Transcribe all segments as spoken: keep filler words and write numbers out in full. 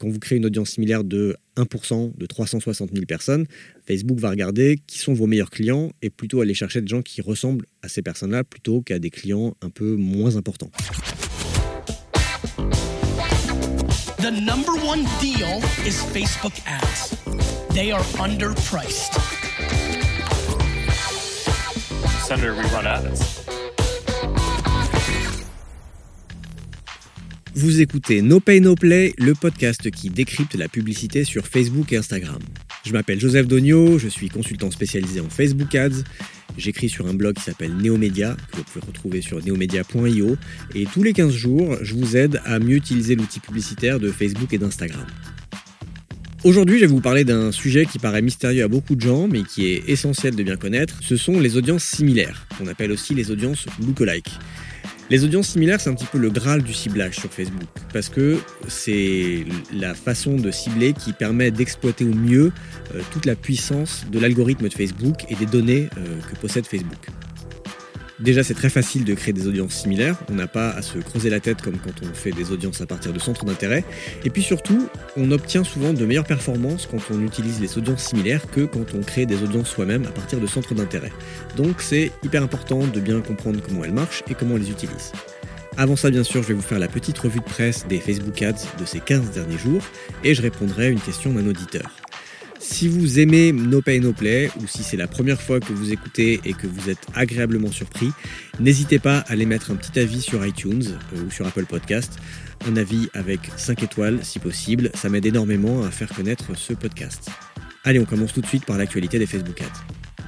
quand vous créez une audience similaire de un pour cent de trois cent soixante mille personnes, Facebook va regarder qui sont vos meilleurs clients et plutôt aller chercher des gens qui ressemblent à ces personnes-là plutôt qu'à des clients un peu moins importants. The number one deal is Facebook ads. They are underpriced. Senator, we run ads. Vous écoutez No Pay No Play, le podcast qui décrypte la publicité sur Facebook et Instagram. Je m'appelle Joseph Dogno, je suis consultant spécialisé en Facebook Ads. J'écris sur un blog qui s'appelle Neomedia, que vous pouvez retrouver sur neomedia point io. Et tous les quinze jours, je vous aide à mieux utiliser l'outil publicitaire de Facebook et d'Instagram. Aujourd'hui, je vais vous parler d'un sujet qui paraît mystérieux à beaucoup de gens, mais qui est essentiel de bien connaître. Ce sont les audiences similaires, qu'on appelle aussi les audiences lookalike. Les audiences similaires, c'est un petit peu le Graal du ciblage sur Facebook, parce que c'est la façon de cibler qui permet d'exploiter au mieux euh, toute la puissance de l'algorithme de Facebook et des données euh, que possède Facebook. Déjà, c'est très facile de créer des audiences similaires, on n'a pas à se creuser la tête comme quand on fait des audiences à partir de centres d'intérêt, et puis surtout, on obtient souvent de meilleures performances quand on utilise les audiences similaires que quand on crée des audiences soi-même à partir de centres d'intérêt. Donc c'est hyper important de bien comprendre comment elles marchent et comment on les utilise. Avant ça, bien sûr, je vais vous faire la petite revue de presse des Facebook Ads de ces quinze derniers jours, et je répondrai à une question d'un auditeur. Si vous aimez No Pay No Play ou si c'est la première fois que vous écoutez et que vous êtes agréablement surpris, n'hésitez pas à aller mettre un petit avis sur iTunes euh, ou sur Apple Podcast. Un avis avec cinq étoiles si possible, ça m'aide énormément à faire connaître ce podcast. Allez, on commence tout de suite par l'actualité des Facebook Ads.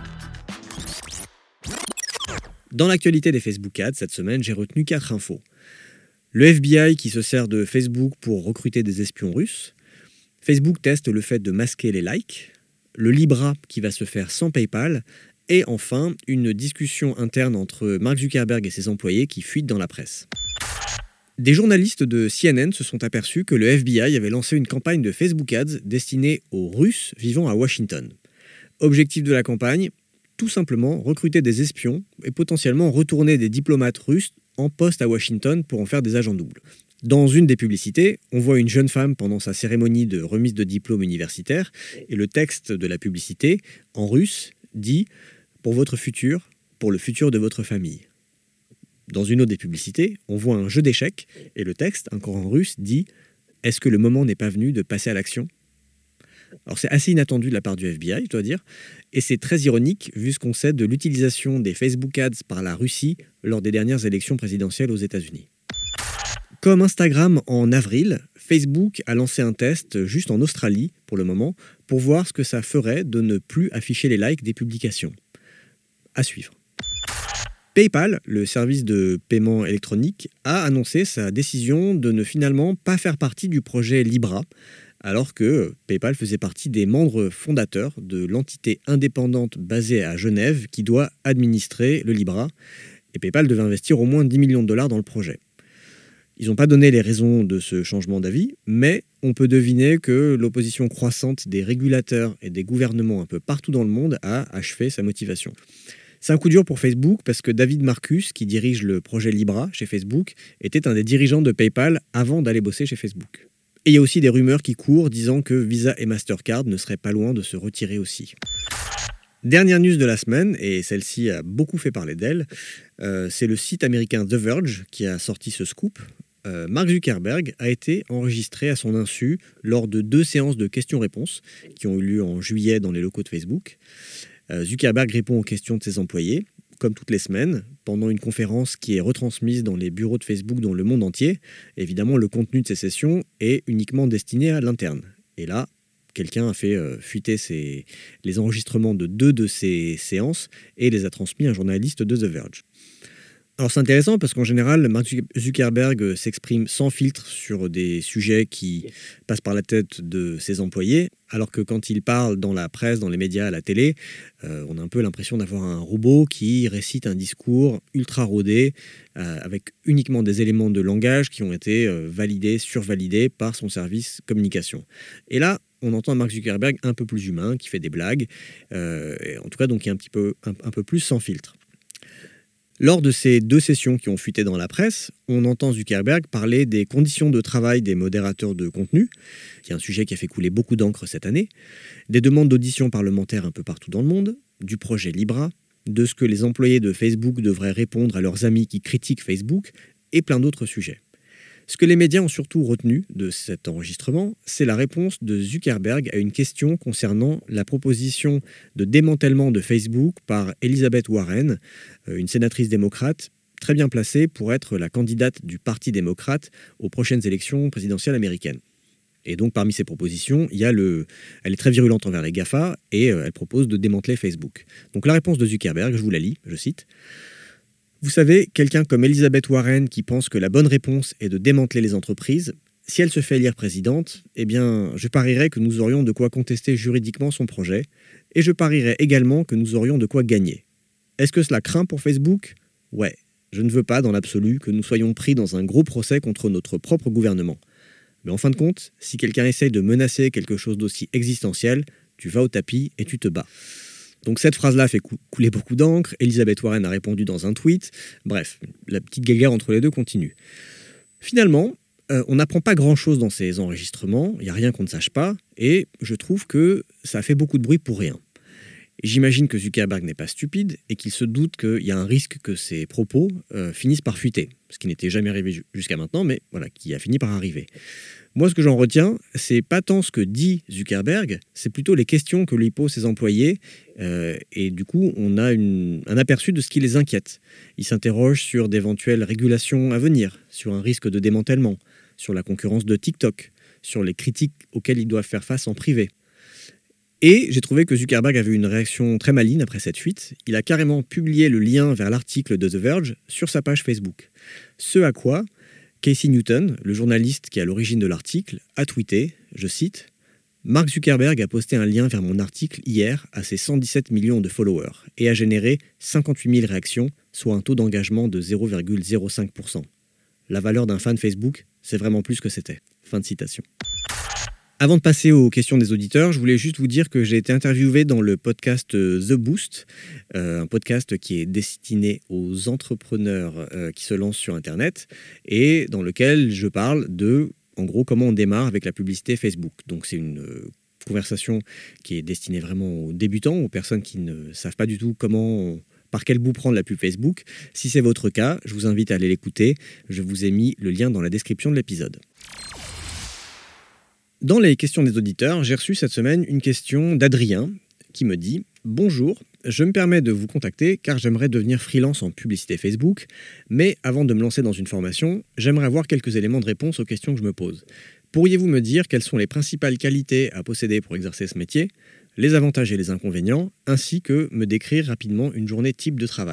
Dans l'actualité des Facebook Ads, cette semaine, j'ai retenu quatre infos. Le F B I qui se sert de Facebook pour recruter des espions russes. Facebook teste le fait de masquer les likes, le Libra qui va se faire sans PayPal, et enfin, une discussion interne entre Mark Zuckerberg et ses employés qui fuite dans la presse. Des journalistes de C N N se sont aperçus que le F B I avait lancé une campagne de Facebook Ads destinée aux Russes vivant à Washington. Objectif de la campagne, tout simplement recruter des espions et potentiellement retourner des diplomates russes en poste à Washington pour en faire des agents doubles. Dans une des publicités, on voit une jeune femme pendant sa cérémonie de remise de diplôme universitaire et le texte de la publicité, en russe, dit « Pour votre futur, pour le futur de votre famille ». Dans une autre des publicités, on voit un jeu d'échecs et le texte, encore en russe, dit « Est-ce que le moment n'est pas venu de passer à l'action ?» Alors c'est assez inattendu de la part du F B I, je dois dire, et c'est très ironique vu ce qu'on sait de l'utilisation des Facebook Ads par la Russie lors des dernières élections présidentielles aux États-Unis. Comme Instagram en avril, Facebook a lancé un test juste en Australie pour le moment pour voir ce que ça ferait de ne plus afficher les likes des publications. À suivre. PayPal, le service de paiement électronique, a annoncé sa décision de ne finalement pas faire partie du projet Libra, alors que PayPal faisait partie des membres fondateurs de l'entité indépendante basée à Genève qui doit administrer le Libra, et PayPal devait investir au moins dix millions de dollars dans le projet. Ils n'ont pas donné les raisons de ce changement d'avis, mais on peut deviner que l'opposition croissante des régulateurs et des gouvernements un peu partout dans le monde a achevé sa motivation. C'est un coup dur pour Facebook parce que David Marcus, qui dirige le projet Libra chez Facebook, était un des dirigeants de PayPal avant d'aller bosser chez Facebook. Et il y a aussi des rumeurs qui courent disant que Visa et Mastercard ne seraient pas loin de se retirer aussi. Dernière news de la semaine, et celle-ci a beaucoup fait parler d'elle, euh, c'est le site américain The Verge qui a sorti ce scoop. Euh, Mark Zuckerberg a été enregistré à son insu lors de deux séances de questions-réponses qui ont eu lieu en juillet dans les locaux de Facebook. Euh, Zuckerberg répond aux questions de ses employés, comme toutes les semaines, pendant une conférence qui est retransmise dans les bureaux de Facebook dans le monde entier. Évidemment, le contenu de ces sessions est uniquement destiné à l'interne. Et là, quelqu'un a fait euh, fuiter ses, les enregistrements de deux de ces séances et les a transmis à un journaliste de The Verge. Alors c'est intéressant parce qu'en général, Mark Zuckerberg s'exprime sans filtre sur des sujets qui passent par la tête de ses employés, alors que quand il parle dans la presse, dans les médias, à la télé, euh, on a un peu l'impression d'avoir un robot qui récite un discours ultra rodé, euh, avec uniquement des éléments de langage qui ont été euh, validés, survalidés par son service communication. Et là, on entend Mark Zuckerberg un peu plus humain, qui fait des blagues, euh, en tout cas donc qui est un petit peu, un, un peu plus sans filtre. Lors de ces deux sessions qui ont fuité dans la presse, on entend Zuckerberg parler des conditions de travail des modérateurs de contenu, qui est un sujet qui a fait couler beaucoup d'encre cette année, des demandes d'audition parlementaire un peu partout dans le monde, du projet Libra, de ce que les employés de Facebook devraient répondre à leurs amis qui critiquent Facebook, et plein d'autres sujets. Ce que les médias ont surtout retenu de cet enregistrement, c'est la réponse de Zuckerberg à une question concernant la proposition de démantèlement de Facebook par Elizabeth Warren, une sénatrice démocrate très bien placée pour être la candidate du Parti démocrate aux prochaines élections présidentielles américaines. Et donc parmi ces propositions, il y a le... elle est très virulente envers les GAFA et elle propose de démanteler Facebook. Donc la réponse de Zuckerberg, je vous la lis, je cite. Vous savez, quelqu'un comme Elizabeth Warren qui pense que la bonne réponse est de démanteler les entreprises, si elle se fait élire présidente, eh bien, je parierais que nous aurions de quoi contester juridiquement son projet, et je parierais également que nous aurions de quoi gagner. Est-ce que cela craint pour Facebook ? Ouais, je ne veux pas, dans l'absolu, que nous soyons pris dans un gros procès contre notre propre gouvernement. Mais en fin de compte, si quelqu'un essaye de menacer quelque chose d'aussi existentiel, tu vas au tapis et tu te bats. Donc cette phrase-là fait couler beaucoup d'encre, Elizabeth Warren a répondu dans un tweet, bref, la petite guéguerre entre les deux continue. Finalement, euh, on n'apprend pas grand-chose dans ces enregistrements, il n'y a rien qu'on ne sache pas, et je trouve que ça fait beaucoup de bruit pour rien. Et j'imagine que Zuckerberg n'est pas stupide et qu'il se doute qu'il y a un risque que ses propos euh, finissent par fuiter, ce qui n'était jamais arrivé jusqu'à maintenant, mais voilà, qui a fini par arriver. Moi, ce que j'en retiens, c'est pas tant ce que dit Zuckerberg, c'est plutôt les questions que lui posent ses employés, euh, et du coup, on a une, un aperçu de ce qui les inquiète. Ils s'interrogent sur d'éventuelles régulations à venir, sur un risque de démantèlement, sur la concurrence de TikTok, sur les critiques auxquelles ils doivent faire face en privé. Et j'ai trouvé que Zuckerberg avait une réaction très maligne après cette fuite. Il a carrément publié le lien vers l'article de The Verge sur sa page Facebook. Ce à quoi Casey Newton, le journaliste qui est à l'origine de l'article, a tweeté, je cite, « Mark Zuckerberg a posté un lien vers mon article hier à ses cent dix-sept millions de followers et a généré cinquante-huit mille réactions, soit un taux d'engagement de zéro virgule zéro cinq pour cent. La valeur d'un fan Facebook, c'est vraiment plus que c'était. » Fin de citation. Avant de passer aux questions des auditeurs, je voulais juste vous dire que j'ai été interviewé dans le podcast The Boost, euh, un podcast qui est destiné aux entrepreneurs euh, qui se lancent sur Internet et dans lequel je parle de, en gros, comment on démarre avec la publicité Facebook. Donc c'est une euh, conversation qui est destinée vraiment aux débutants, aux personnes qui ne savent pas du tout comment... On, par quel bout prendre la pub Facebook. Si c'est votre cas, je vous invite à aller l'écouter. Je vous ai mis le lien dans la description de l'épisode. Dans les questions des auditeurs, j'ai reçu cette semaine une question d'Adrien qui me dit « Bonjour, je me permets de vous contacter car j'aimerais devenir freelance en publicité Facebook, mais avant de me lancer dans une formation, j'aimerais avoir quelques éléments de réponse aux questions que je me pose. Pourriez-vous me dire quelles sont les principales qualités à posséder pour exercer ce métier, les avantages et les inconvénients, ainsi que me décrire rapidement une journée type de travail ?»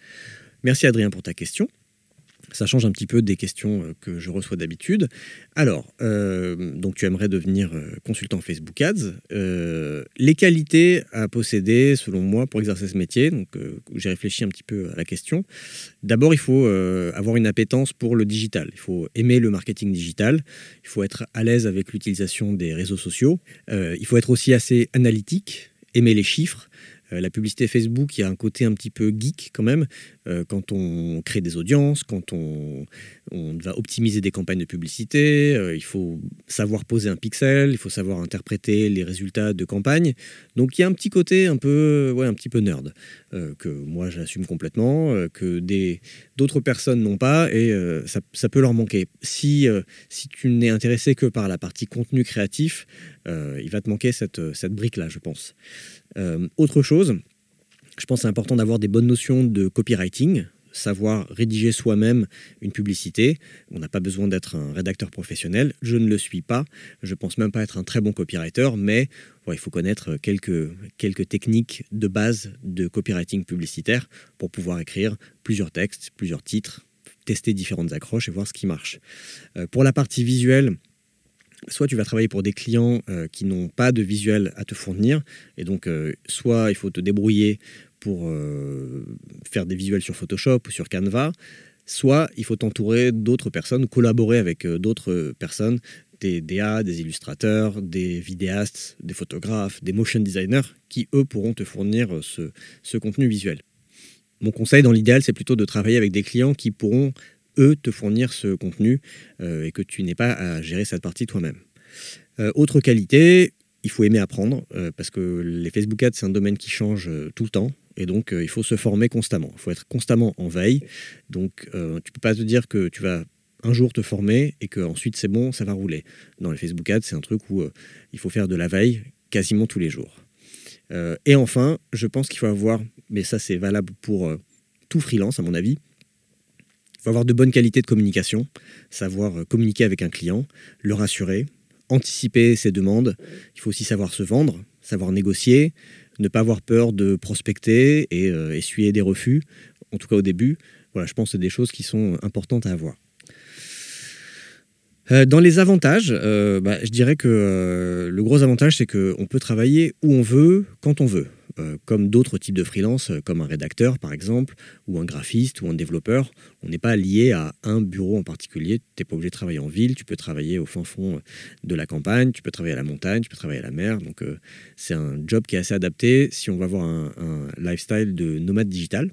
Merci Adrien pour ta question. Ça change un petit peu des questions que je reçois d'habitude. Alors, euh, donc tu aimerais devenir consultant Facebook Ads. Euh, les qualités à posséder, selon moi, pour exercer ce métier, donc euh, j'ai réfléchi un petit peu à la question. D'abord, il faut euh, avoir une appétence pour le digital. Il faut aimer le marketing digital. Il faut être à l'aise avec l'utilisation des réseaux sociaux. Euh, il faut être aussi assez analytique, aimer les chiffres. Euh, la publicité Facebook, il y a un côté un petit peu geek quand même, euh, quand on crée des audiences, quand on, on va optimiser des campagnes de publicité, euh, il faut savoir poser un pixel, il faut savoir interpréter les résultats de campagne. Donc il y a un petit côté un peu, ouais, un petit peu nerd, euh, que moi j'assume complètement, euh, que des, d'autres personnes n'ont pas, et euh, ça, ça peut leur manquer. Si, euh, si tu n'es intéressé que par la partie contenu créatif, euh, il va te manquer cette, cette brique-là, je pense. Euh, autre chose, je pense que c'est important d'avoir des bonnes notions de copywriting, savoir rédiger soi-même une publicité. On n'a pas besoin d'être un rédacteur professionnel. Je ne le suis pas. Je pense même pas être un très bon copywriter, mais ouais, il faut connaître quelques, quelques techniques de base de copywriting publicitaire pour pouvoir écrire plusieurs textes, plusieurs titres, tester différentes accroches et voir ce qui marche. Euh, pour la partie visuelle, soit tu vas travailler pour des clients euh, qui n'ont pas de visuel à te fournir, et donc euh, soit il faut te débrouiller pour euh, faire des visuels sur Photoshop ou sur Canva, soit il faut t'entourer d'autres personnes, collaborer avec euh, d'autres personnes, des D A, des illustrateurs, des vidéastes, des photographes, des motion designers, qui eux pourront te fournir ce, ce contenu visuel. mon conseil dans l'idéal, c'est plutôt de travailler avec des clients qui pourront, eux, te fournir ce contenu euh, et que tu n'aies pas à gérer cette partie toi-même. Euh, autre qualité, il faut aimer apprendre euh, parce que les Facebook Ads, c'est un domaine qui change euh, tout le temps. Et donc, euh, il faut se former constamment. Il faut être constamment en veille. Donc, euh, tu ne peux pas te dire que tu vas un jour te former et qu'ensuite, c'est bon, ça va rouler. Dans les Facebook Ads, c'est un truc où euh, il faut faire de la veille quasiment tous les jours. Euh, et enfin, je pense qu'il faut avoir, mais ça, c'est valable pour euh, tout freelance, à mon avis, il faut avoir de bonnes qualités de communication, savoir euh, communiquer avec un client, le rassurer, anticiper ses demandes. Il faut aussi savoir se vendre, savoir négocier, ne pas avoir peur de prospecter et euh, essuyer des refus, en tout cas au début. Voilà, je pense que c'est des choses qui sont importantes à avoir. Euh, dans les avantages, euh, bah, je dirais que euh, le gros avantage, c'est qu'on peut travailler où on veut, quand on veut. Euh, comme d'autres types de freelance, euh, comme un rédacteur par exemple, ou un graphiste, ou un développeur. On n'est pas lié à un bureau en particulier. Tu n'es pas obligé de travailler en ville, tu peux travailler au fin fond de la campagne, tu peux travailler à la montagne, tu peux travailler à la mer. Donc euh, c'est un job qui est assez adapté si on va avoir un, un lifestyle de nomade digital.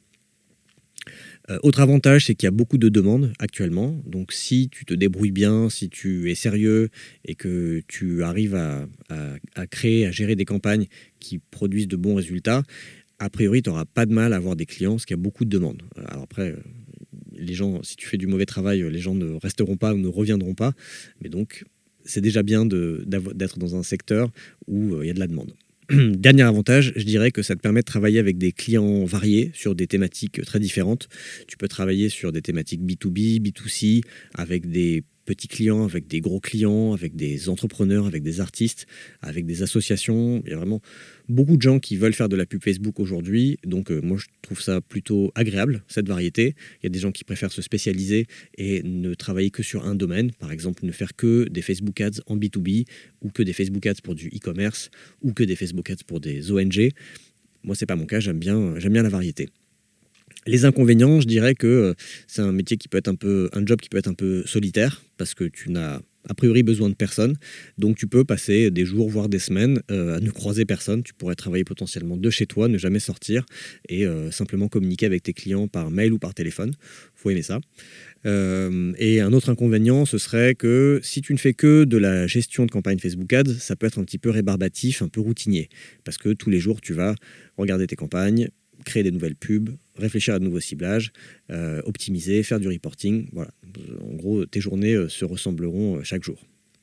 Euh, autre avantage, c'est qu'il y a beaucoup de demandes actuellement. Donc, si tu te débrouilles bien, si tu es sérieux et que tu arrives à, à, à créer, à gérer des campagnes qui produisent de bons résultats, a priori, tu n'auras pas de mal à avoir des clients parce qu'il y a beaucoup de demandes. Alors après, les gens, si tu fais du mauvais travail, les gens ne resteront pas ou ne reviendront pas. Mais donc, c'est déjà bien de, d'être dans un secteur où il y a de la demande. Dernier avantage, je dirais que ça te permet de travailler avec des clients variés sur des thématiques très différentes. Tu peux travailler sur des thématiques B deux B, B deux C, avec des petits clients, avec des gros clients, avec des entrepreneurs, avec des artistes, avec des associations. Il y a vraiment beaucoup de gens qui veulent faire de la pub Facebook aujourd'hui. Donc euh, moi, je trouve ça plutôt agréable, cette variété. Il y a des gens qui préfèrent se spécialiser et ne travailler que sur un domaine. Par exemple, ne faire que des Facebook Ads en B deux B ou que des Facebook Ads pour du e-commerce ou que des Facebook Ads pour des O N G. Moi, c'est pas mon cas. J'aime bien, j'aime bien la variété. Les inconvénients, je dirais que c'est un métier qui peut être un peu, un job qui peut être un peu solitaire parce que tu n'as a priori besoin de personne. Donc tu peux passer des jours, voire des semaines euh, à ne croiser personne. Tu pourrais travailler potentiellement de chez toi, ne jamais sortir et euh, simplement communiquer avec tes clients par mail ou par téléphone. Il faut aimer ça. Euh, et un autre inconvénient, ce serait que si tu ne fais que de la gestion de campagne Facebook Ads, ça peut être un petit peu rébarbatif, un peu routinier. Parce que tous les jours, tu vas regarder tes campagnes, créer des nouvelles pubs, réfléchir à de nouveaux ciblages, euh, optimiser, faire du reporting. Voilà. En gros, tes journées euh, se ressembleront euh, chaque jour.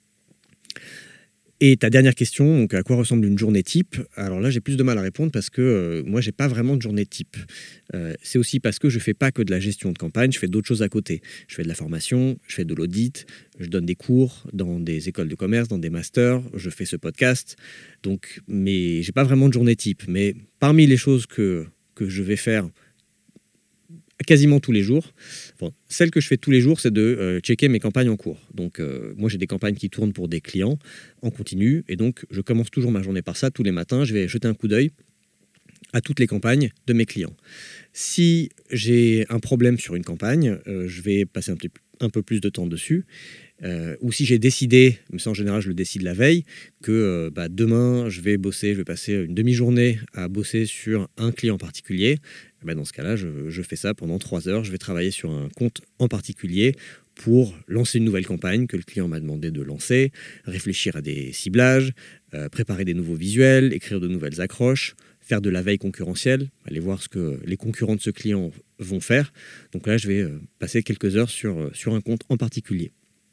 Et ta dernière question, donc à quoi ressemble une journée type ? Alors là, j'ai plus de mal à répondre parce que euh, moi, j'ai pas vraiment de journée type. Euh, c'est aussi parce que je fais pas que de la gestion de campagne, je fais d'autres choses à côté. Je fais de la formation, je fais de l'audit, je donne des cours dans des écoles de commerce, dans des masters, je fais ce podcast. Donc, mais j'ai pas vraiment de journée type. Mais parmi les choses que que je vais faire quasiment tous les jours. Enfin, celle que je fais tous les jours, c'est de euh, checker mes campagnes en cours. Donc, euh, moi, j'ai des campagnes qui tournent pour des clients en continu. Et donc, je commence toujours ma journée par ça. Tous les matins, je vais jeter un coup d'œil à toutes les campagnes de mes clients. Si j'ai un problème sur une campagne, euh, je vais passer un, petit, un peu plus de temps dessus. Euh, ou si j'ai décidé, mais ça en général je le décide la veille, que euh, bah, demain je vais bosser, je vais passer une demi-journée à bosser sur un client particulier, bah, dans ce cas-là je, je fais ça pendant trois heures, je vais travailler sur un compte en particulier pour lancer une nouvelle campagne que le client m'a demandé de lancer, réfléchir à des ciblages, euh, préparer des nouveaux visuels, écrire de nouvelles accroches, faire de la veille concurrentielle, aller voir ce que les concurrents de ce client vont faire. Donc là je vais euh, passer quelques heures sur, sur un compte en particulier.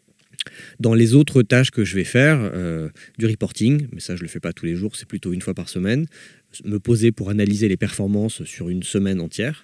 Dans les autres tâches que je vais faire, euh, du reporting, mais ça je ne le fais pas tous les jours, c'est plutôt une fois par semaine, me poser pour analyser les performances sur une semaine entière.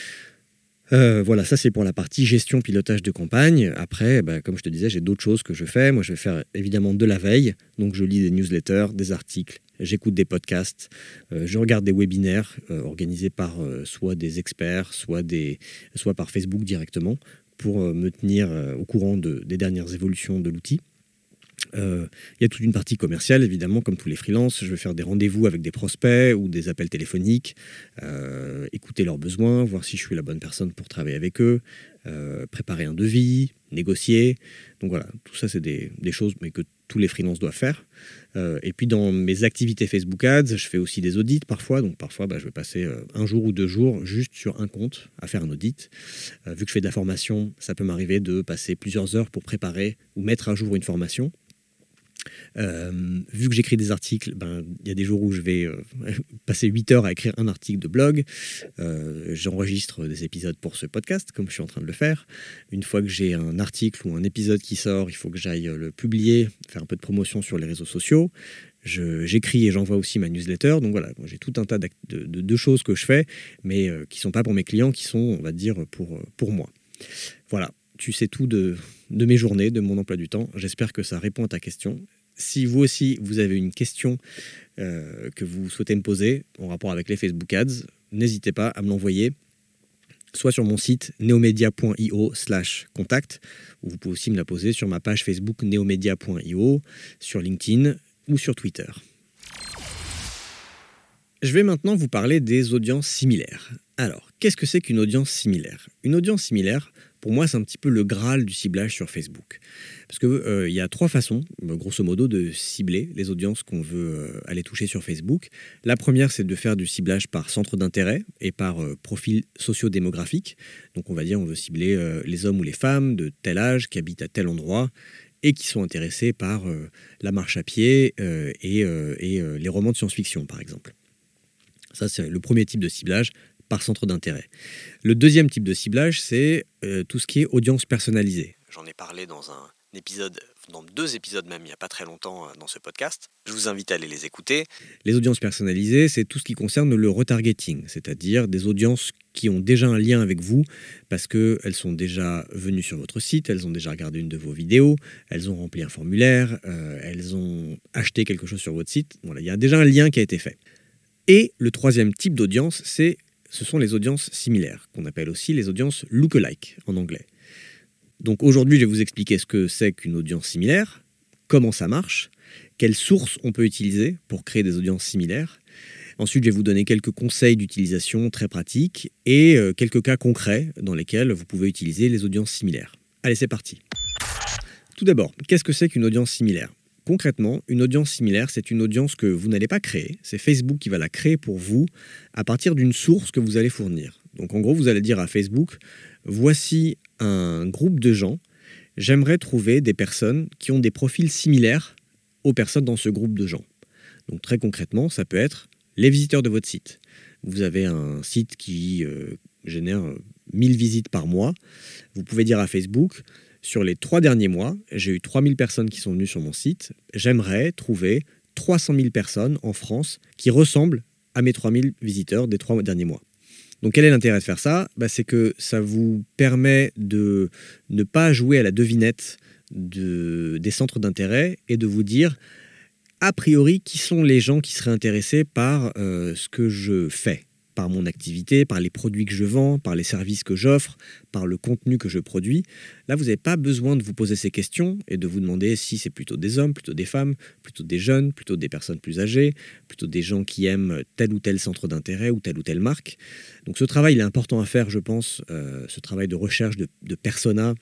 Euh, voilà, ça c'est pour la partie gestion, pilotage de campagne. Après, bah, comme je te disais, j'ai d'autres choses que je fais. Moi je vais faire évidemment de la veille, donc je lis des newsletters, des articles, j'écoute des podcasts, euh, je regarde des webinaires euh, organisés par euh, soit des experts, soit, des, soit par Facebook directement, pour me tenir au courant de, des dernières évolutions de l'outil. Euh, il y a toute une partie commerciale, évidemment, comme tous les freelances. Je vais faire des rendez-vous avec des prospects ou des appels téléphoniques, euh, écouter leurs besoins, voir si je suis la bonne personne pour travailler avec eux, euh, préparer un devis, négocier. Donc voilà, tout ça, c'est des, des choses mais que tous les freelances doivent faire. Euh, et puis dans mes activités Facebook Ads, je fais aussi des audits parfois. Donc parfois, bah, je vais passer euh, un jour ou deux jours juste sur un compte à faire un audit. Euh, vu que je fais de la formation, ça peut m'arriver de passer plusieurs heures pour préparer ou mettre à jour une formation. Euh, vu que j'écris des articles, ben, y a des jours où je vais euh, passer huit heures à écrire un article de blog. Euh, j'enregistre des épisodes pour ce podcast, comme je suis en train de le faire. Une fois que j'ai un article ou un épisode qui sort, il faut que j'aille le publier, faire un peu de promotion sur les réseaux sociaux. Je, j'écris et j'envoie aussi ma newsletter. Donc voilà, j'ai tout un tas de, de, de choses que je fais, mais euh, qui ne sont pas pour mes clients, qui sont, on va dire, pour, pour moi. Voilà, tu sais tout de, de mes journées, de mon emploi du temps. J'espère que ça répond à ta question. Si vous aussi, vous avez une question euh, que vous souhaitez me poser en rapport avec les Facebook Ads, n'hésitez pas à me l'envoyer, soit sur mon site neomedia point io slash contact, ou vous pouvez aussi me la poser sur ma page Facebook neomedia point io, sur LinkedIn ou sur Twitter. Je vais maintenant vous parler des audiences similaires. Alors, qu'est-ce que c'est qu'une audience similaire ? Une audience similaire, pour moi, c'est un petit peu le Graal du ciblage sur Facebook. Parce qu'il euh, y a trois façons, grosso modo, de cibler les audiences qu'on veut euh, aller toucher sur Facebook. La première, c'est de faire du ciblage par centre d'intérêt et par euh, profil socio-démographique. Donc, on va dire on veut cibler euh, les hommes ou les femmes de tel âge qui habitent à tel endroit et qui sont intéressés par euh, la marche à pied euh, et, euh, et euh, les romans de science-fiction, par exemple. Ça, c'est le premier type de ciblage par centre d'intérêt. Le deuxième type de ciblage, c'est euh, tout ce qui est audience personnalisée. J'en ai parlé dans un épisode, dans deux épisodes même, il n'y a pas très longtemps dans ce podcast. Je vous invite à aller les écouter. Les audiences personnalisées, c'est tout ce qui concerne le retargeting, c'est-à-dire des audiences qui ont déjà un lien avec vous parce qu'elles sont déjà venues sur votre site, elles ont déjà regardé une de vos vidéos, elles ont rempli un formulaire, euh, elles ont acheté quelque chose sur votre site. Voilà, il y a déjà un lien qui a été fait. Et le troisième type d'audience, c'est, ce sont les audiences similaires, qu'on appelle aussi les audiences lookalike en anglais. Donc aujourd'hui, je vais vous expliquer ce que c'est qu'une audience similaire, comment ça marche, quelles sources on peut utiliser pour créer des audiences similaires. Ensuite, je vais vous donner quelques conseils d'utilisation très pratiques et euh, quelques cas concrets dans lesquels vous pouvez utiliser les audiences similaires. Allez, c'est parti. Tout d'abord, qu'est-ce que c'est qu'une audience similaire ? Concrètement, une audience similaire, c'est une audience que vous n'allez pas créer. C'est Facebook qui va la créer pour vous à partir d'une source que vous allez fournir. Donc en gros, vous allez dire à Facebook, voici un groupe de gens, j'aimerais trouver des personnes qui ont des profils similaires aux personnes dans ce groupe de gens. Donc très concrètement, ça peut être les visiteurs de votre site. Vous avez un site qui euh, génère mille visites par mois. Vous pouvez dire à Facebook, sur les trois derniers mois, j'ai eu trois mille personnes qui sont venues sur mon site. J'aimerais trouver trois cent mille personnes en France qui ressemblent à mes trois mille visiteurs des trois derniers mois. Donc quel est l'intérêt de faire ça ? Bah, c'est que ça vous permet de ne pas jouer à la devinette de, des centres d'intérêt et de vous dire, a priori, qui sont les gens qui seraient intéressés par euh, ce que je fais, par mon activité, par les produits que je vends, par les services que j'offre, par le contenu que je produis. Là, vous n'avez pas besoin de vous poser ces questions et de vous demander si c'est plutôt des hommes, plutôt des femmes, plutôt des jeunes, plutôt des personnes plus âgées, plutôt des gens qui aiment tel ou tel centre d'intérêt ou telle ou telle marque. Donc ce travail, il est important à faire, je pense, euh, ce travail de recherche de, de persona,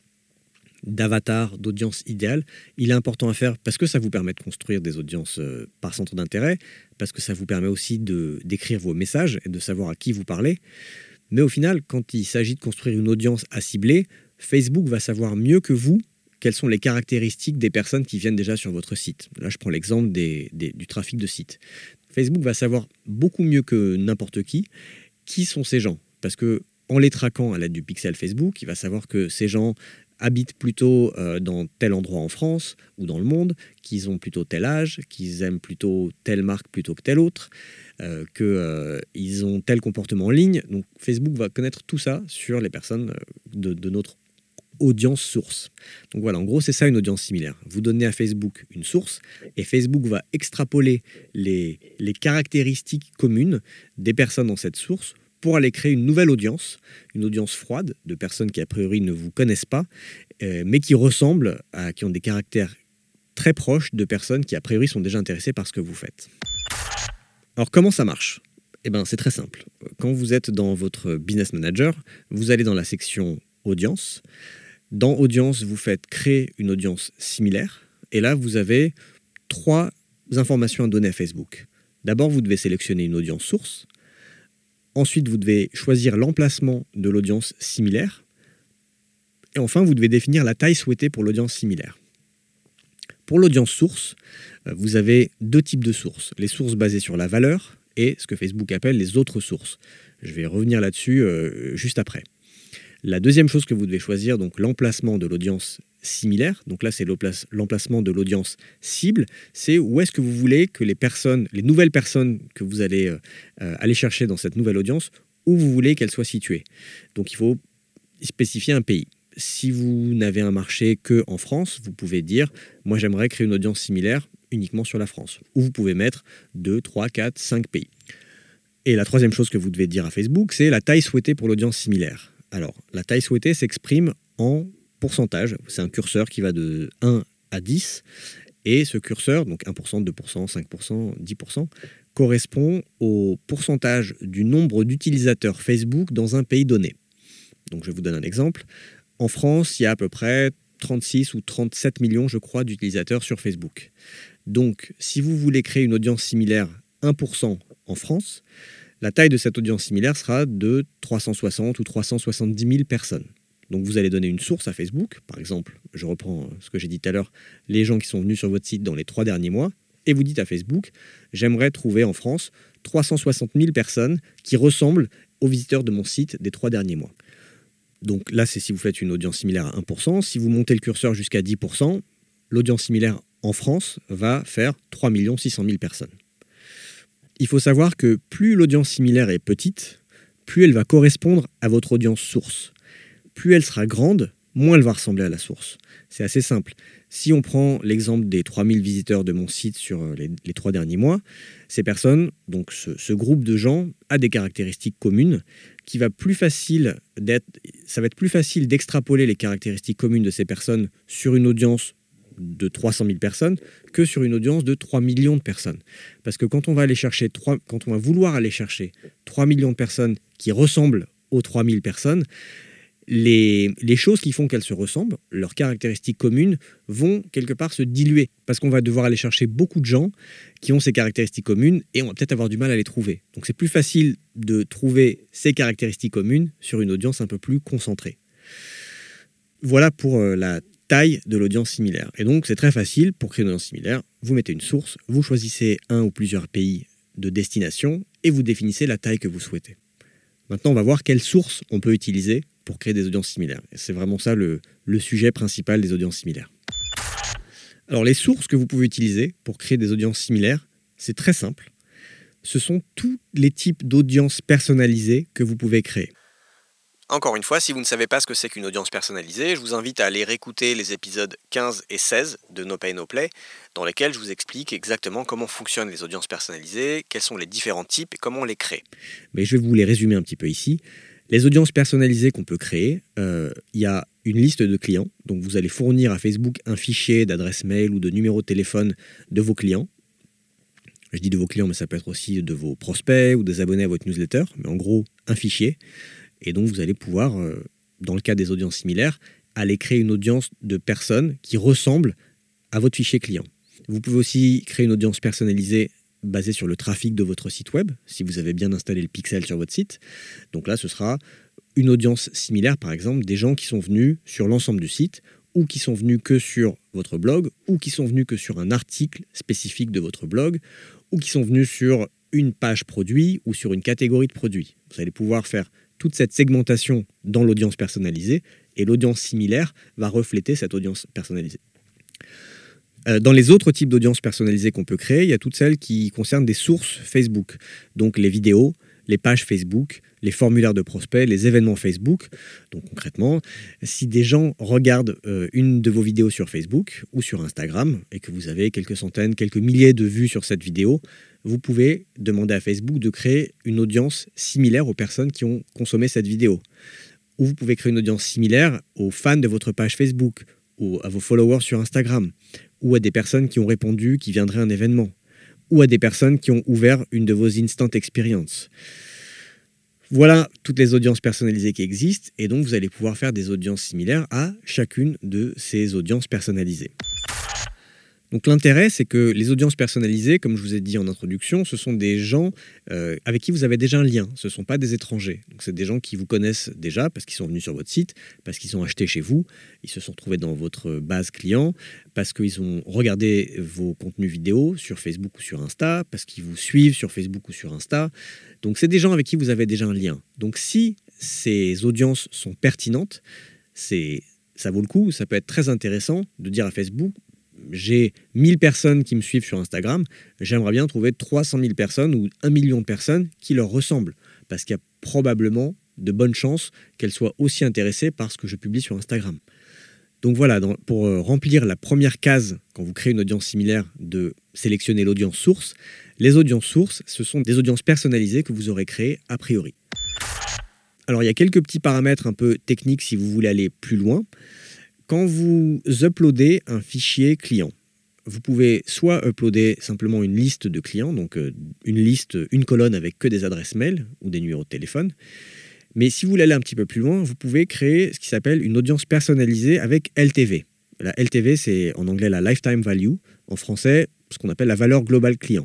d'avatar, d'audience idéale, il est important à faire parce que ça vous permet de construire des audiences euh, par centre d'intérêt, parce que ça vous permet aussi de, d'écrire vos messages et de savoir à qui vous parlez. Mais au final, quand il s'agit de construire une audience à cibler, Facebook va savoir mieux que vous quelles sont les caractéristiques des personnes qui viennent déjà sur votre site. Là, je prends l'exemple des, des, du trafic de site. Facebook va savoir beaucoup mieux que n'importe qui qui sont ces gens, parce que en les traquant à l'aide du pixel Facebook, il va savoir que ces gens habitent plutôt euh, dans tel endroit en France ou dans le monde, qu'ils ont plutôt tel âge, qu'ils aiment plutôt telle marque plutôt que telle autre, euh, qu'ils euh, ont tel comportement en ligne. Donc Facebook va connaître tout ça sur les personnes de, de notre audience source. Donc voilà, en gros, c'est ça une audience similaire. Vous donnez à Facebook une source et Facebook va extrapoler les, les caractéristiques communes des personnes dans cette source pour aller créer une nouvelle audience, une audience froide de personnes qui a priori ne vous connaissent pas, euh, mais qui ressemblent à, qui ont des caractères très proches de personnes qui a priori sont déjà intéressées par ce que vous faites. Alors comment ça marche ? Eh ben, c'est très simple. Quand vous êtes dans votre Business Manager, vous allez dans la section audience. Dans audience, vous faites créer une audience similaire Et là, vous avez trois informations à donner à Facebook. D'abord, vous devez sélectionner une audience source. Ensuite, vous devez choisir l'emplacement de l'audience similaire. Et enfin, vous devez définir la taille souhaitée pour l'audience similaire. Pour l'audience source, vous avez deux types de sources. Les sources basées sur la valeur et ce que Facebook appelle les autres sources. Je vais revenir là-dessus euh, juste après. La deuxième chose que vous devez choisir, donc l'emplacement de l'audience similaire. Donc là, c'est l'emplacement de l'audience cible. C'est où est-ce que vous voulez que les personnes, les nouvelles personnes que vous allez euh, aller chercher dans cette nouvelle audience, où vous voulez qu'elles soient situées. Donc il faut spécifier un pays. Si vous n'avez un marché que en France, vous pouvez dire « moi j'aimerais créer une audience similaire uniquement sur la France ». Ou vous pouvez mettre deux, trois, quatre, cinq pays. Et la troisième chose que vous devez dire à Facebook, c'est la taille souhaitée pour l'audience similaire. Alors, la taille souhaitée s'exprime en pourcentage. C'est un curseur qui va de un à dix. Et ce curseur, donc un pour cent, deux pour cent, cinq pour cent, dix pour cent, correspond au pourcentage du nombre d'utilisateurs Facebook dans un pays donné. Donc, je vous donne un exemple. En France, il y a à peu près trente-six ou trente-sept millions, je crois, d'utilisateurs sur Facebook. Donc, si vous voulez créer une audience similaire un pour cent en France, la taille de cette audience similaire sera de trois cent soixante ou trois cent soixante-dix mille personnes. Donc, vous allez donner une source à Facebook. Par exemple, je reprends ce que j'ai dit tout à l'heure, les gens qui sont venus sur votre site dans les trois derniers mois, et vous dites à Facebook, j'aimerais trouver en France trois cent soixante mille personnes qui ressemblent aux visiteurs de mon site des trois derniers mois. Donc là, c'est si vous faites une audience similaire à un pour cent. Si vous montez le curseur jusqu'à dix pour cent, l'audience similaire en France va faire trois millions six cent mille personnes. Il faut savoir que plus l'audience similaire est petite, plus elle va correspondre à votre audience source. Plus elle sera grande, moins elle va ressembler à la source. C'est assez simple. Si on prend l'exemple des trois mille visiteurs de mon site sur les, les trois derniers mois, ces personnes, donc ce, ce groupe de gens, a des caractéristiques communes qui va plus facile d'être, ça va être plus facile d'extrapoler les caractéristiques communes de ces personnes sur une audience de trois cent mille personnes que sur une audience de trois millions de personnes. Parce que quand on va aller chercher trois, quand on va vouloir aller chercher trois millions de personnes qui ressemblent aux trois mille personnes, Les, les choses qui font qu'elles se ressemblent, leurs caractéristiques communes, vont quelque part se diluer. Parce qu'on va devoir aller chercher beaucoup de gens qui ont ces caractéristiques communes et on va peut-être avoir du mal à les trouver. Donc c'est plus facile de trouver ces caractéristiques communes sur une audience un peu plus concentrée. Voilà pour la taille de l'audience similaire. Et donc c'est très facile pour créer une audience similaire. Vous mettez une source, vous choisissez un ou plusieurs pays de destination et vous définissez la taille que vous souhaitez. Maintenant, on va voir quelles sources on peut utiliser pour créer des audiences similaires. Et c'est vraiment ça le, le sujet principal des audiences similaires. Alors, les sources que vous pouvez utiliser pour créer des audiences similaires, c'est très simple. Ce sont tous les types d'audiences personnalisées que vous pouvez créer. Encore une fois, si vous ne savez pas ce que c'est qu'une audience personnalisée, je vous invite à aller réécouter les épisodes quinze et seize de No Pay No Play, dans lesquels je vous explique exactement comment fonctionnent les audiences personnalisées, quels sont les différents types et comment on les crée. Mais je vais vous les résumer un petit peu ici. Les audiences personnalisées qu'on peut créer, euh, il y a une liste de clients. Donc vous allez fournir à Facebook un fichier d'adresse mail ou de numéro de téléphone de vos clients. Je dis de vos clients, mais ça peut être aussi de vos prospects ou des abonnés à votre newsletter. Mais en gros, un fichier. Et donc vous allez pouvoir, euh, dans le cas des audiences similaires, aller créer une audience de personnes qui ressemblent à votre fichier client. Vous pouvez aussi créer une audience personnalisée basée sur le trafic de votre site web, si vous avez bien installé le pixel sur votre site. Donc là, ce sera une audience similaire, par exemple, des gens qui sont venus sur l'ensemble du site, ou qui sont venus que sur votre blog, ou qui sont venus que sur un article spécifique de votre blog, ou qui sont venus sur une page produit, ou sur une catégorie de produits. Vous allez pouvoir faire toute cette segmentation dans l'audience personnalisée, et l'audience similaire va refléter cette audience personnalisée. Dans les autres types d'audiences personnalisées qu'on peut créer, il y a toutes celles qui concernent des sources Facebook. Donc les vidéos, les pages Facebook, les formulaires de prospects, les événements Facebook. Donc concrètement, si des gens regardent euh, une de vos vidéos sur Facebook ou sur Instagram et que vous avez quelques centaines, quelques milliers de vues sur cette vidéo, vous pouvez demander à Facebook de créer une audience similaire aux personnes qui ont consommé cette vidéo. Ou vous pouvez créer une audience similaire aux fans de votre page Facebook ou à vos followers sur Instagram, ou à des personnes qui ont répondu qui viendraient à un événement, ou à des personnes qui ont ouvert une de vos Instant Experience. Voilà toutes les audiences personnalisées qui existent, et donc vous allez pouvoir faire des audiences similaires à chacune de ces audiences personnalisées. Donc l'intérêt, c'est que les audiences personnalisées, comme je vous ai dit en introduction, ce sont des gens euh, avec qui vous avez déjà un lien. Ce ne sont pas des étrangers. Donc c'est des gens qui vous connaissent déjà parce qu'ils sont venus sur votre site, parce qu'ils ont acheté chez vous, ils se sont trouvés dans votre base client, parce qu'ils ont regardé vos contenus vidéo sur Facebook ou sur Insta, parce qu'ils vous suivent sur Facebook ou sur Insta. Donc c'est des gens avec qui vous avez déjà un lien. Donc si ces audiences sont pertinentes, c'est, ça vaut le coup, ça peut être très intéressant de dire à Facebook: j'ai mille personnes qui me suivent sur Instagram, j'aimerais bien trouver trois cent mille personnes ou un million de personnes qui leur ressemblent, parce qu'il y a probablement de bonnes chances qu'elles soient aussi intéressées par ce que je publie sur Instagram. Donc voilà, dans, pour euh, remplir la première case, quand vous créez une audience similaire, de sélectionner l'audience source, les audiences sources, ce sont des audiences personnalisées que vous aurez créées a priori. Alors il y a quelques petits paramètres un peu techniques si vous voulez aller plus loin. Quand vous uploadez un fichier client, vous pouvez soit uploader simplement une liste de clients, donc une liste, une colonne avec que des adresses mail ou des numéros de téléphone. Mais si vous voulez aller un petit peu plus loin, vous pouvez créer ce qui s'appelle une audience personnalisée avec L T V. La L T V, c'est en anglais la Lifetime Value, en français, ce qu'on appelle la valeur globale client.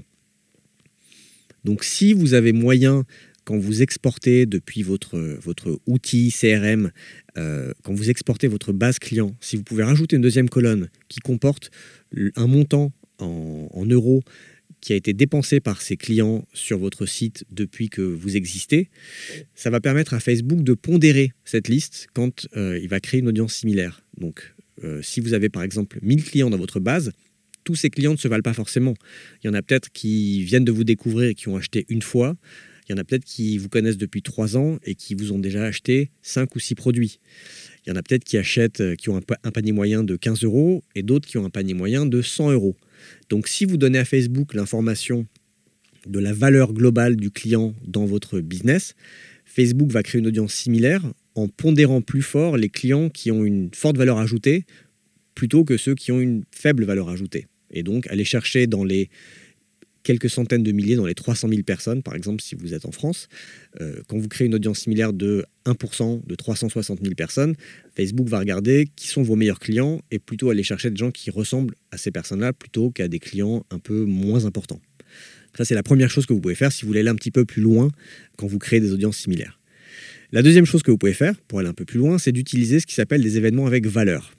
Donc si vous avez moyen, quand vous exportez depuis votre, votre outil C R M, euh, quand vous exportez votre base client, si vous pouvez rajouter une deuxième colonne qui comporte un montant en, en euros qui a été dépensé par ces clients sur votre site depuis que vous existez, ça va permettre à Facebook de pondérer cette liste quand euh, il va créer une audience similaire. Donc, euh, si vous avez par exemple mille clients dans votre base, tous ces clients ne se valent pas forcément. Il y en a peut-être qui viennent de vous découvrir et qui ont acheté une fois. Il y en a peut-être qui vous connaissent depuis trois ans et qui vous ont déjà acheté cinq ou six produits. Il y en a peut-être qui achètent, qui ont un panier moyen de quinze euros et d'autres qui ont un panier moyen de cent euros. Donc, si vous donnez à Facebook l'information de la valeur globale du client dans votre business, Facebook va créer une audience similaire en pondérant plus fort les clients qui ont une forte valeur ajoutée plutôt que ceux qui ont une faible valeur ajoutée. Et donc, aller chercher dans les quelques centaines de milliers, dans les trois cent mille personnes, par exemple, si vous êtes en France, euh, quand vous créez une audience similaire de un pour cent de trois cent soixante mille personnes, Facebook va regarder qui sont vos meilleurs clients et plutôt aller chercher des gens qui ressemblent à ces personnes-là plutôt qu'à des clients un peu moins importants. Ça, c'est la première chose que vous pouvez faire si vous voulez aller un petit peu plus loin quand vous créez des audiences similaires. La deuxième chose que vous pouvez faire, pour aller un peu plus loin, c'est d'utiliser ce qui s'appelle des événements avec valeur.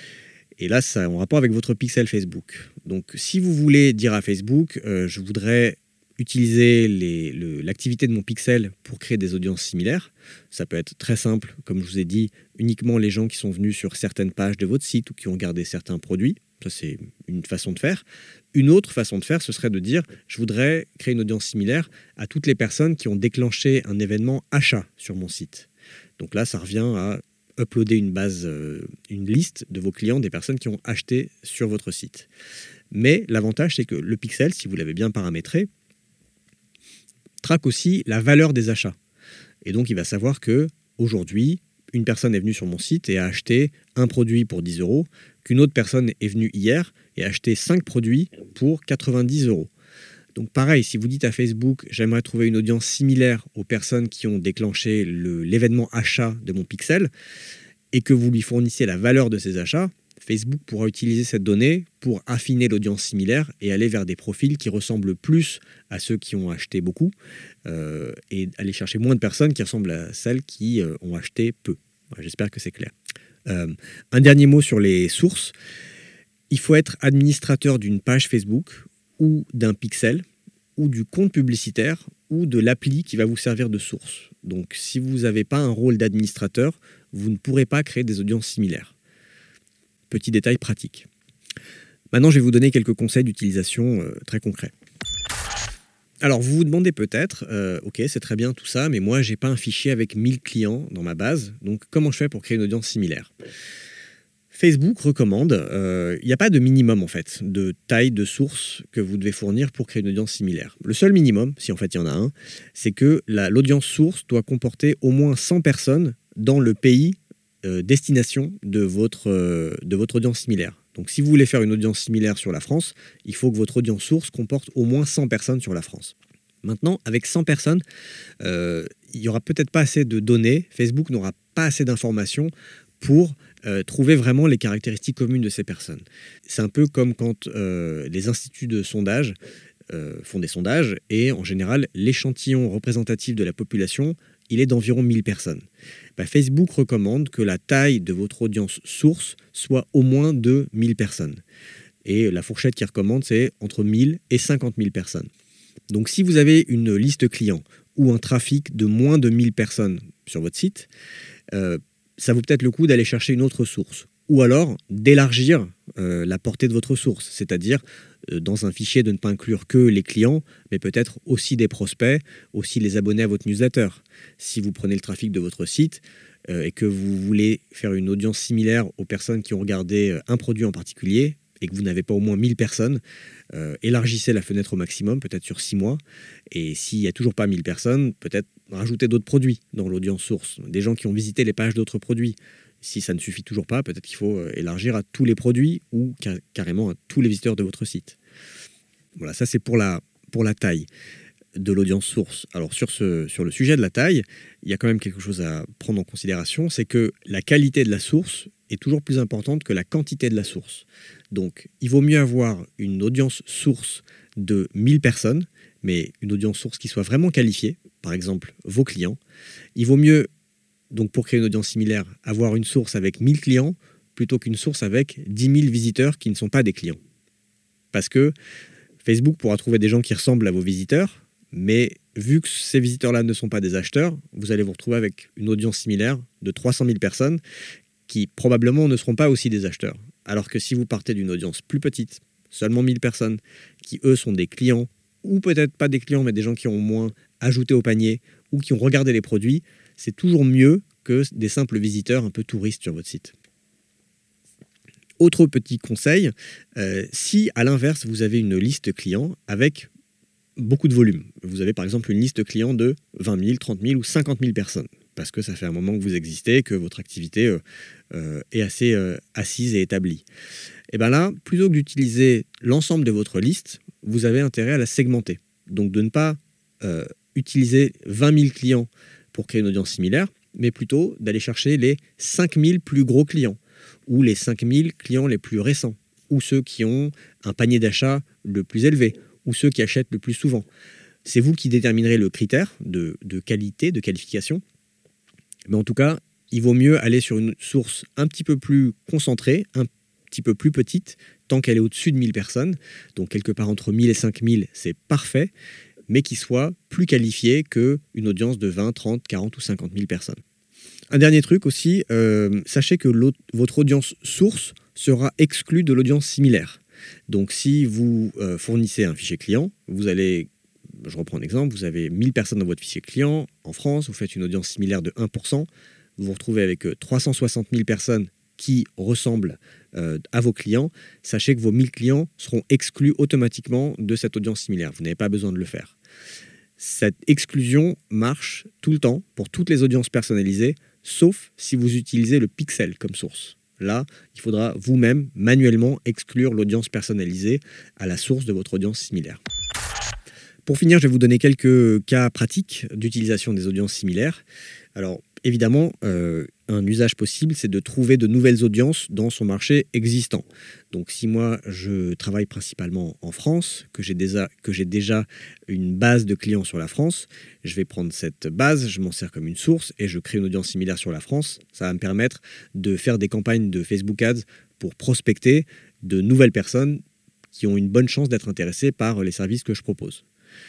Et là, ça a un rapport avec votre pixel Facebook. Donc, si vous voulez dire à Facebook, euh, je voudrais utiliser les, le, l'activité de mon pixel pour créer des audiences similaires, ça peut être très simple, comme je vous ai dit, uniquement les gens qui sont venus sur certaines pages de votre site ou qui ont regardé certains produits. Ça, c'est une façon de faire. Une autre façon de faire, ce serait de dire, je voudrais créer une audience similaire à toutes les personnes qui ont déclenché un événement achat sur mon site. Donc là, ça revient à uploader une base, euh, une liste de vos clients, des personnes qui ont acheté sur votre site. Mais l'avantage, c'est que le pixel, si vous l'avez bien paramétré, traque aussi la valeur des achats. Et donc, il va savoir que aujourd'hui, une personne est venue sur mon site et a acheté un produit pour dix euros, qu'une autre personne est venue hier et a acheté cinq produits pour quatre-vingt-dix euros. Donc pareil, si vous dites à Facebook, j'aimerais trouver une audience similaire aux personnes qui ont déclenché le, l'événement achat de mon pixel et que vous lui fournissez la valeur de ces achats, Facebook pourra utiliser cette donnée pour affiner l'audience similaire et aller vers des profils qui ressemblent plus à ceux qui ont acheté beaucoup euh, et aller chercher moins de personnes qui ressemblent à celles qui euh, ont acheté peu. Voilà, j'espère que c'est clair. Euh, un dernier mot sur les sources. Il faut être administrateur d'une page Facebook ou d'un pixel, ou du compte publicitaire, ou de l'appli qui va vous servir de source. Donc, si vous n'avez pas un rôle d'administrateur, vous ne pourrez pas créer des audiences similaires. Petit détail pratique. Maintenant, je vais vous donner quelques conseils d'utilisation euh, très concrets. Alors, vous vous demandez peut-être, euh, ok, c'est très bien tout ça, mais moi, je n'ai pas un fichier avec mille clients dans ma base, donc comment je fais pour créer une audience similaire ? Facebook recommande, il euh, n'y a pas de minimum en fait, de taille de source que vous devez fournir pour créer une audience similaire. Le seul minimum, si en fait il y en a un, c'est que la, l'audience source doit comporter au moins cent personnes dans le pays euh, destination de votre, euh, de votre audience similaire. Donc si vous voulez faire une audience similaire sur la France, il faut que votre audience source comporte au moins cent personnes sur la France. Maintenant, avec cent personnes, euh, il n'y aura peut-être pas assez de données, Facebook n'aura pas assez d'informations pour euh, trouver vraiment les caractéristiques communes de ces personnes. C'est un peu comme quand euh, les instituts de sondage euh, font des sondages et en général, l'échantillon représentatif de la population, il est d'environ mille personnes. Bah, Facebook recommande que la taille de votre audience source soit au moins de mille personnes. Et la fourchette qu'il recommande, c'est entre mille et cinquante mille personnes. Donc si vous avez une liste client ou un trafic de moins de mille personnes sur votre site, euh, ça vaut peut-être le coup d'aller chercher une autre source. Ou alors d'élargir euh, la portée de votre source, c'est-à-dire euh, dans un fichier de ne pas inclure que les clients, mais peut-être aussi des prospects, aussi les abonnés à votre newsletter. Si vous prenez le trafic de votre site euh, et que vous voulez faire une audience similaire aux personnes qui ont regardé euh, un produit en particulier, et que vous n'avez pas au moins mille personnes, euh, élargissez la fenêtre au maximum, peut-être sur six mois. Et s'il n'y a toujours pas mille personnes, peut-être rajouter d'autres produits dans l'audience source. Des gens qui ont visité les pages d'autres produits. Si ça ne suffit toujours pas, peut-être qu'il faut élargir à tous les produits ou car- carrément à tous les visiteurs de votre site. Voilà, ça c'est pour la, pour la taille de l'audience source. Alors sur, ce, sur le sujet de la taille, il y a quand même quelque chose à prendre en considération, c'est que la qualité de la source est toujours plus importante que la quantité de la source. Donc il vaut mieux avoir une audience source de mille personnes, mais une audience source qui soit vraiment qualifiée, par exemple vos clients. Il vaut mieux, donc pour créer une audience similaire, avoir une source avec mille clients plutôt qu'une source avec dix mille visiteurs qui ne sont pas des clients. Parce que Facebook pourra trouver des gens qui ressemblent à vos visiteurs, mais vu que ces visiteurs-là ne sont pas des acheteurs, vous allez vous retrouver avec une audience similaire de trois cent mille personnes qui probablement ne seront pas aussi des acheteurs. Alors que si vous partez d'une audience plus petite, seulement mille personnes, qui eux sont des clients, ou peut-être pas des clients, mais des gens qui ont au moins ajouté au panier, ou qui ont regardé les produits, c'est toujours mieux que des simples visiteurs un peu touristes sur votre site. Autre petit conseil, euh, si à l'inverse vous avez une liste client avec beaucoup de volume, vous avez par exemple une liste client de vingt mille, trente mille ou cinquante mille personnes, parce que ça fait un moment que vous existez, que votre activité euh, euh, est assez euh, assise et établie. Et bien là, plutôt que d'utiliser l'ensemble de votre liste, vous avez intérêt à la segmenter. Donc de ne pas euh, utiliser vingt mille clients pour créer une audience similaire, mais plutôt d'aller chercher les cinq mille plus gros clients, ou les cinq mille clients les plus récents, ou ceux qui ont un panier d'achat le plus élevé, ou ceux qui achètent le plus souvent. C'est vous qui déterminerez le critère de, de qualité, de qualification. Mais en tout cas, il vaut mieux aller sur une source un petit peu plus concentrée, un petit peu plus petite, tant qu'elle est au-dessus de mille personnes. Donc quelque part entre mille et cinq mille, c'est parfait, mais qui soit plus qualifiée qu'une audience de vingt, trente, quarante ou cinquante mille personnes. Un dernier truc aussi, euh, sachez que votre audience source sera exclue de l'audience similaire. Donc si vous euh, fournissez un fichier client, vous allez, je reprends un exemple, vous avez mille personnes dans votre fichier client en France, vous faites une audience similaire de un pour cent, vous vous retrouvez avec euh, trois cent soixante mille personnes qui ressemblent euh, à vos clients, sachez que vos mille clients seront exclus automatiquement de cette audience similaire. Vous n'avez pas besoin de le faire. Cette exclusion marche tout le temps pour toutes les audiences personnalisées, sauf si vous utilisez le pixel comme source. Là, il faudra vous-même manuellement exclure l'audience personnalisée à la source de votre audience similaire. Pour finir, je vais vous donner quelques cas pratiques d'utilisation des audiences similaires. Alors, évidemment, euh, un usage possible, c'est de trouver de nouvelles audiences dans son marché existant. Donc, si moi, je travaille principalement en France, que j'ai déjà, que j'ai déjà une base de clients sur la France, je vais prendre cette base, je m'en sers comme une source et je crée une audience similaire sur la France. Ça va me permettre de faire des campagnes de Facebook Ads pour prospecter de nouvelles personnes qui ont une bonne chance d'être intéressées par les services que je propose.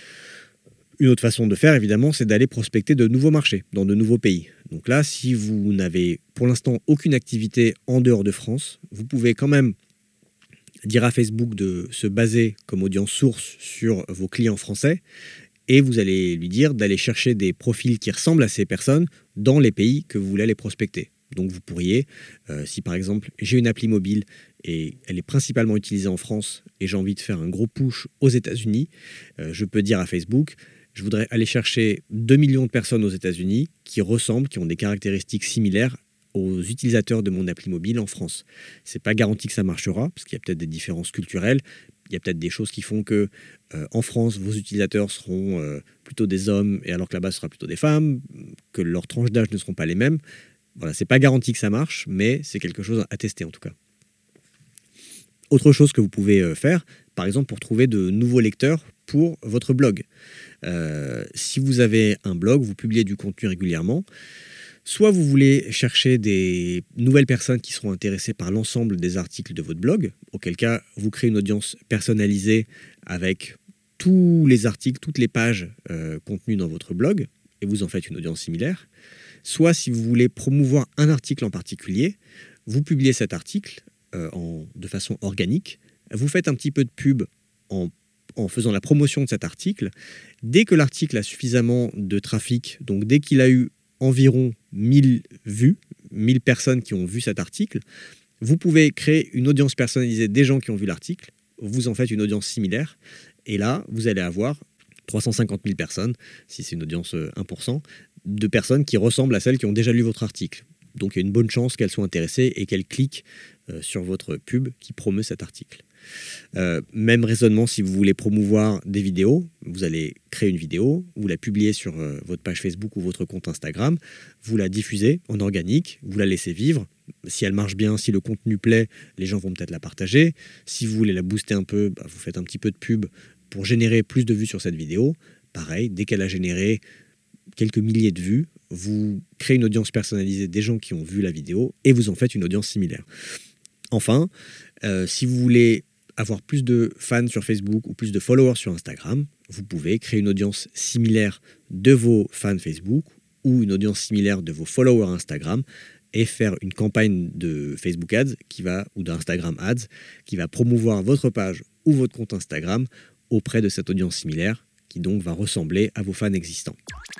Une autre façon de faire, évidemment, c'est d'aller prospecter de nouveaux marchés, dans de nouveaux pays. Donc là, si vous n'avez pour l'instant aucune activité en dehors de France, vous pouvez quand même dire à Facebook de se baser comme audience source sur vos clients français et vous allez lui dire d'aller chercher des profils qui ressemblent à ces personnes dans les pays que vous voulez aller prospecter. Donc vous pourriez, euh, si par exemple j'ai une appli mobile et elle est principalement utilisée en France et j'ai envie de faire un gros push aux États-Unis, euh, je peux dire à Facebook, je voudrais aller chercher deux millions de personnes aux États-Unis qui ressemblent, qui ont des caractéristiques similaires aux utilisateurs de mon appli mobile en France. C'est pas garanti que ça marchera, parce qu'il y a peut-être des différences culturelles, il y a peut-être des choses qui font que euh, en France, vos utilisateurs seront euh, plutôt des hommes, et alors que là-bas, ce sera plutôt des femmes, que leurs tranches d'âge ne seront pas les mêmes. Voilà, c'est pas garanti que ça marche, mais c'est quelque chose à tester en tout cas. Autre chose que vous pouvez faire, par exemple pour trouver de nouveaux lecteurs pour votre blog. Euh, si vous avez un blog, vous publiez du contenu régulièrement, soit vous voulez chercher des nouvelles personnes qui seront intéressées par l'ensemble des articles de votre blog, auquel cas vous créez une audience personnalisée avec tous les articles, toutes les pages euh, contenues dans votre blog, et vous en faites une audience similaire. Soit si vous voulez promouvoir un article en particulier, vous publiez cet article euh, en, de façon organique, vous faites un petit peu de pub en, en faisant la promotion de cet article. Dès que l'article a suffisamment de trafic, donc dès qu'il a eu environ mille vues, mille personnes qui ont vu cet article, vous pouvez créer une audience personnalisée des gens qui ont vu l'article, vous en faites une audience similaire, et là, vous allez avoir trois cent cinquante mille personnes, si c'est une audience un pour cent, de personnes qui ressemblent à celles qui ont déjà lu votre article. Donc il y a une bonne chance qu'elles soient intéressées et qu'elles cliquent euh, sur votre pub qui promeut cet article. Euh, même raisonnement si vous voulez promouvoir des vidéos, vous allez créer une vidéo, vous la publiez sur euh, votre page Facebook ou votre compte Instagram, vous la diffusez en organique, vous la laissez vivre. Si elle marche bien, si le contenu plaît, les gens vont peut-être la partager. Si vous voulez la booster un peu, bah, vous faites un petit peu de pub pour générer plus de vues sur cette vidéo. Pareil, dès qu'elle a généré quelques milliers de vues, vous créez une audience personnalisée des gens qui ont vu la vidéo et vous en faites une audience similaire. Enfin, euh, si vous voulez avoir plus de fans sur Facebook ou plus de followers sur Instagram, vous pouvez créer une audience similaire de vos fans Facebook ou une audience similaire de vos followers Instagram et faire une campagne de Facebook Ads qui va, ou d'Instagram Ads qui va promouvoir votre page ou votre compte Instagram auprès de cette audience similaire qui donc va ressembler à vos fans existants.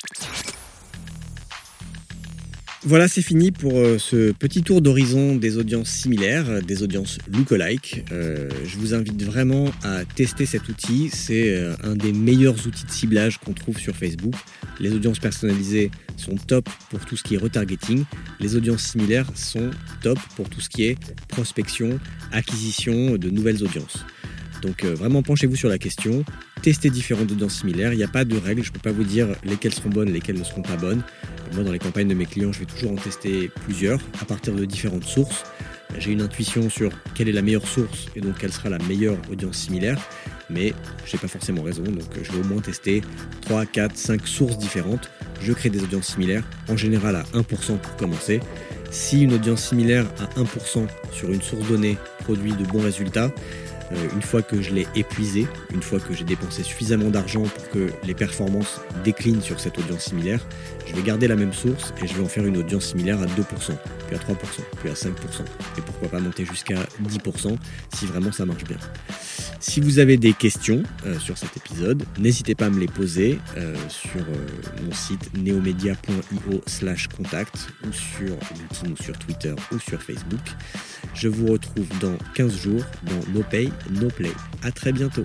Voilà, c'est fini pour euh, ce petit tour d'horizon des audiences similaires, des audiences lookalike. Euh, je vous invite vraiment à tester cet outil. C'est euh, un des meilleurs outils de ciblage qu'on trouve sur Facebook. Les audiences personnalisées sont top pour tout ce qui est retargeting. Les audiences similaires sont top pour tout ce qui est prospection, acquisition de nouvelles audiences. Donc euh, vraiment penchez-vous sur la question, testez différentes audiences similaires, il n'y a pas de règles, je ne peux pas vous dire lesquelles seront bonnes, lesquelles ne seront pas bonnes. Moi dans les campagnes de mes clients, je vais toujours en tester plusieurs à partir de différentes sources. J'ai une intuition sur quelle est la meilleure source et donc quelle sera la meilleure audience similaire, mais je n'ai pas forcément raison, donc je vais au moins tester trois, quatre, cinq sources différentes. Je crée des audiences similaires, en général à un pour cent pour commencer. Si une audience similaire à un pour cent sur une source donnée produit de bons résultats, Euh, une fois que je l'ai épuisé, une fois que j'ai dépensé suffisamment d'argent pour que les performances déclinent sur cette audience similaire, je vais garder la même source et je vais en faire une audience similaire à deux pour cent, puis à trois pour cent, puis à cinq pour cent, et pourquoi pas monter jusqu'à dix pour cent si vraiment ça marche bien. Si vous avez des questions euh, sur cet épisode, n'hésitez pas à me les poser euh, sur euh, mon site neomedia point io slash contact ou sur LinkedIn ou sur Twitter ou sur Facebook. Je vous retrouve dans quinze jours dans No Pay, No Play. À très bientôt.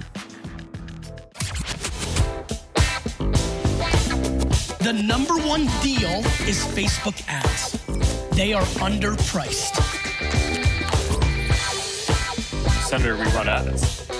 The number one deal is Facebook ads. They are underpriced. Senator, we run ads.